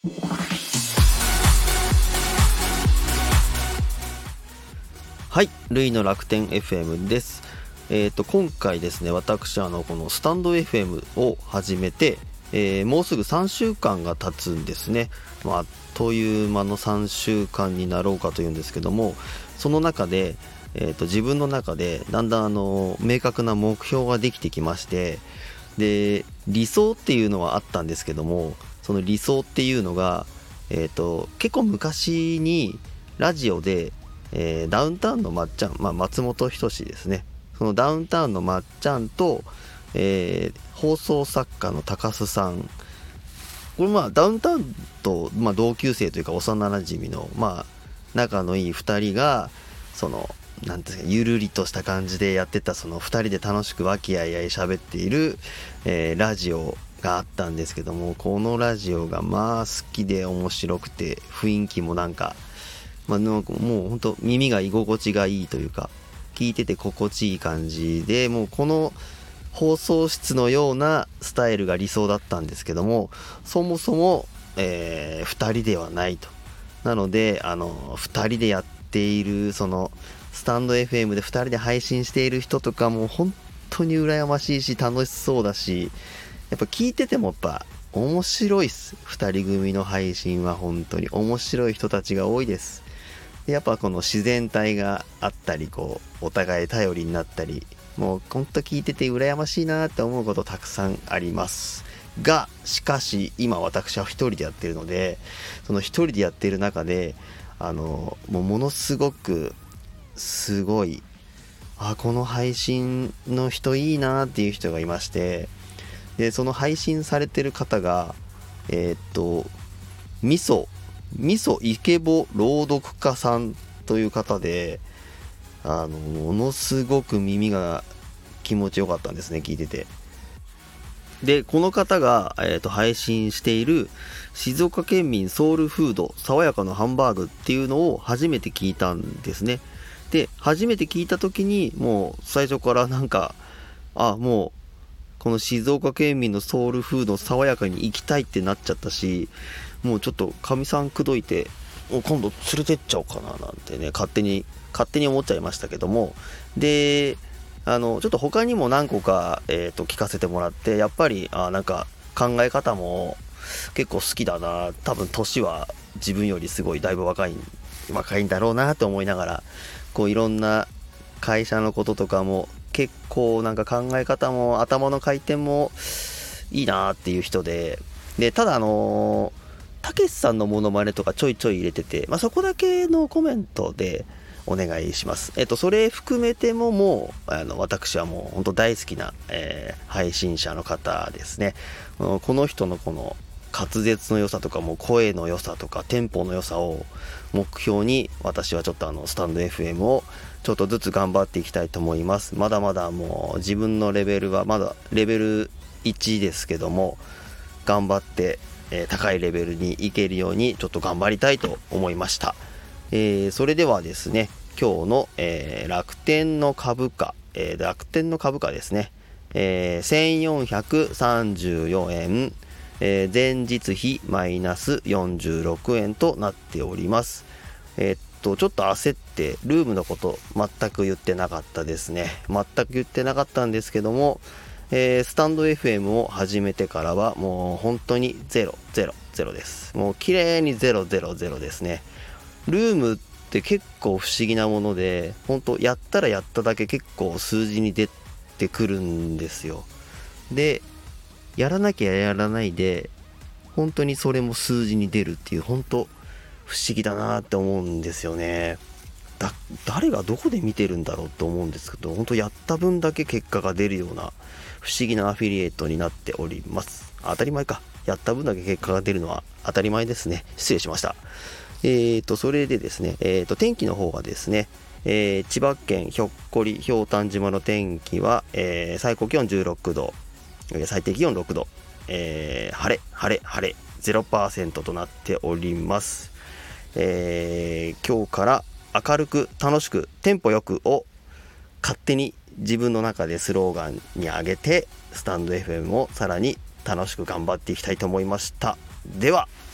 はい、ルイの楽天 FM です。今回ですね、私このスタンド FM を始めて、もうすぐ3週間が経つんですね。あっという間の3週間になろうかというんですけども、その中で、自分の中でだんだん明確な目標ができてきまして、で理想っていうのはあったんですけども、その理想っていうのが、結構昔にラジオで、ダウンタウンのまっちゃん、松本人志ですね、そのダウンタウンのまっちゃんと、放送作家の高須さん、これダウンタウンと、同級生というか幼なじみの、仲のいい2人がそのなんていうか、ゆるりとした感じでやってた、その2人で楽しく和気あいあい喋っている、ラジオがあったんですけども、このラジオが好きで面白くて、雰囲気もなんかもう本当耳が居心地がいいというか、聞いてて心地いい感じで、もうこの放送室のようなスタイルが理想だったんですけども、そもそも、2人ではないと。なので2人でやっている、そのスタンド FM で2人で配信している人とかも本当に羨ましいし楽しそうだし、やっぱ聞いててもやっぱ面白いっす。2人組の配信は本当に面白い人たちが多いです。でやっぱこの自然体があったり、こうお互い頼りになったり、もう本当聞いてて羨ましいなって思うことたくさんありますが、しかし今私は一人でやってるので、その一人でやっている中でもうものすごくすごい、この配信の人いいなっていう人がいまして、でその配信されてる方がみそイケボ朗読家さんという方で、ものすごく耳が気持ちよかったんですね、聞いてて。でこの方が、配信している静岡県民ソウルフード爽やかのハンバーグっていうのを初めて聞いたんですね。で初めて聞いた時にもう最初からなんか、もうこの静岡県民のソウルフード爽やかに行きたいってなっちゃったし、もうちょっとかみさん口説いて今度連れてっちゃおうかななんてね、勝手に思っちゃいましたけども、でちょっと他にも何個か、聞かせてもらって、やっぱりなんか考え方も結構好きだな、多分年は自分よりすごいだいぶ若いんだろうなと思いながら、こういろんな会社のこととかも結構なんか考え方も頭の回転もいいなっていう人で、ただたけしさんのモノマネとかちょいちょい入れてて、そこだけのコメントでお願いします。それ含めてももう私はもう本当大好きな、配信者の方ですね。この人のこの滑舌の良さとかも声の良さとかテンポの良さを目標に、私はちょっとスタンド FM をちょっとずつ頑張っていきたいと思います。まだまだもう自分のレベルはまだレベル1ですけども、頑張って、高いレベルに行けるようにちょっと頑張りたいと思いました。それではですね、今日の、楽天の株価ですね、1434円、前日比マイナス46円となっております。ちょっと焦ってルームのこと全く言ってなかったですね。全く言ってなかったんですけども、スタンド FM を始めてからはもう本当に0です。もう綺麗に000ですね。ルームって結構不思議なもので、本当やったらやっただけ結構数字に出てくるんですよ。でやらなきゃやらないで本当にそれも数字に出るっていう、本当不思議だなって思うんですよね。誰がどこで見てるんだろうと思うんですけど、本当やった分だけ結果が出るような不思議なアフィリエイトになっております。当たり前か、やった分だけ結果が出るのは当たり前ですね。失礼しました。それでですね、天気の方がですね、千葉県ひょっこりひょうたん島の天気は、最高気温16度、最低気温6度、晴れ 0% となっております。今日から明るく楽しくテンポよくを勝手に自分の中でスローガンに上げて、スタンド FM をさらに楽しく頑張っていきたいと思いました。では。